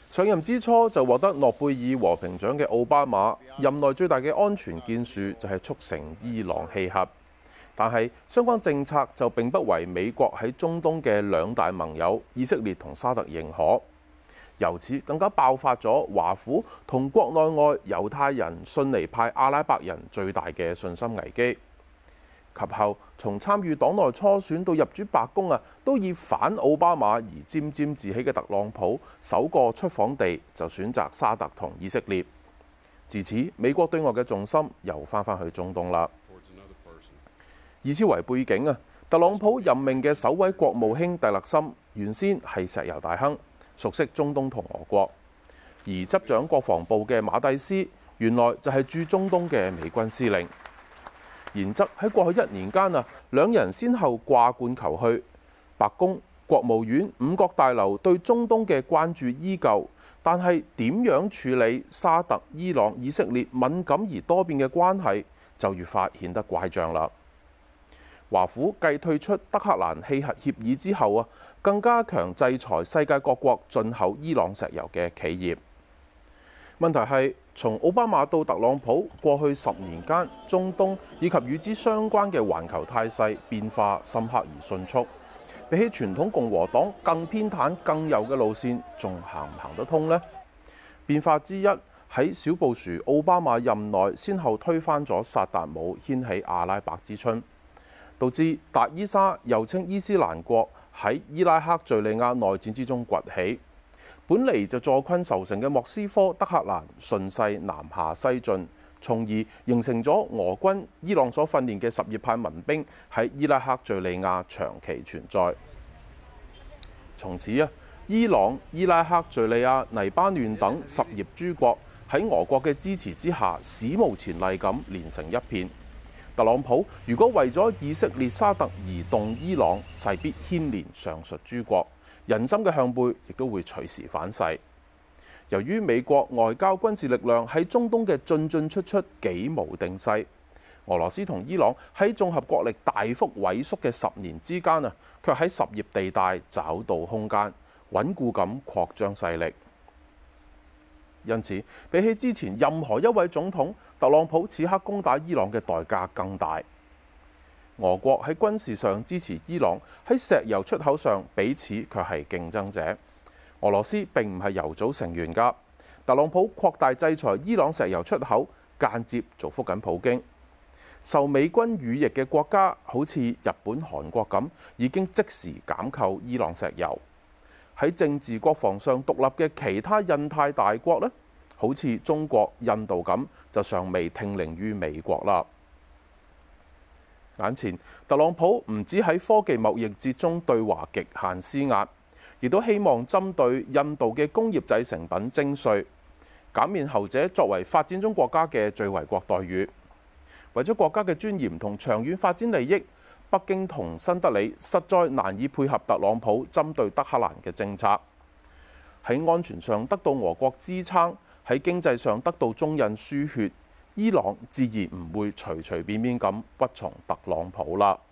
上任之初就獲得諾貝爾和平獎嘅奧巴馬，任內最大嘅安全建樹就係促成伊朗棄核，但係相關政策就並不為美國喺中東嘅兩大盟友以色列同沙特認可，由此更加爆發咗華府同國內外猶太人、遜尼派阿拉伯人最大嘅信心危機。及後，從參與黨內初選到入主白宮都以反奧巴馬而沾沾自喜嘅特朗普，首個出訪地就選擇沙特同以色列。自此，美國對外嘅重心又翻返去中東啦。以此為背景特朗普任命嘅首位國務卿蒂勒森，原先係石油大亨，熟悉中東同俄國；而執掌國防部嘅馬蒂斯，原來就係駐中東嘅美軍司令。然則喺過去1年間兩人先後掛冠求去，白宮、國務院、五角大樓對中東嘅關注依舊，但係點樣處理沙特、伊朗、以色列敏感而多變嘅關係，就越發顯得怪象啦。華府繼退出德黑蘭棄核協議之後更加強制裁世界各國進口伊朗石油嘅企業。問題係，從奧巴馬到特朗普過去10年間，中東以及與之相關嘅環球態勢變化深刻而迅速，比起傳統共和黨更偏袒、更右嘅路線，仲行唔行得通呢？變化之一喺小布殊、奧巴馬任內，先後推翻咗薩達姆，掀起阿拉伯之春，導致達伊沙又稱伊斯蘭國喺伊拉克、敍利亞內戰之中崛起。本嚟就坐困愁城嘅莫斯科、德黑蘭順勢南下西進，從而形成咗俄軍、伊朗所訓練嘅什葉派民兵喺伊拉克、敍利亞長期存在。從此伊朗、伊拉克、敍利亞、黎巴嫩等什葉諸國喺俄國嘅支持之下，史無前例咁連成一片。特朗普如果為咗以色列、沙特而動伊朗，勢必牽連上述諸國。人心嘅向背亦都會隨時反噬。由於美國外交軍事力量喺中東嘅進進出出幾無定勢，俄羅斯同伊朗喺綜合國力大幅萎縮嘅10年之間卻喺什葉地帶找到空間，穩固咁擴張勢力。因此，比起之前任何一位總統，特朗普此刻攻打伊朗嘅代價更大。俄國喺軍事上支持伊朗，喺石油出口上彼此卻係競爭者。俄羅斯並唔係油組成員㗎。特朗普擴大制裁伊朗石油出口，間接造福緊普京。受美軍羽翼嘅國家，好似日本、韓國咁，已經即時減購伊朗石油。喺政治國防上獨立嘅其他印太大國呢，好似中國、印度咁，就尚未聽令於美國啦。眼前，特朗普唔止喺科技貿易戰中對華極限施壓，亦都希望針對印度嘅工業製成品徵稅，減免後者作為發展中國家嘅最惠國待遇。為咗國家嘅尊嚴同長遠發展利益，北京同新德里實在難以配合特朗普針對德黑蘭嘅政策。喺安全上得到俄國支撐，喺經濟上得到中印輸血，伊朗自然唔會隨隨便便咁屈從特朗普啦。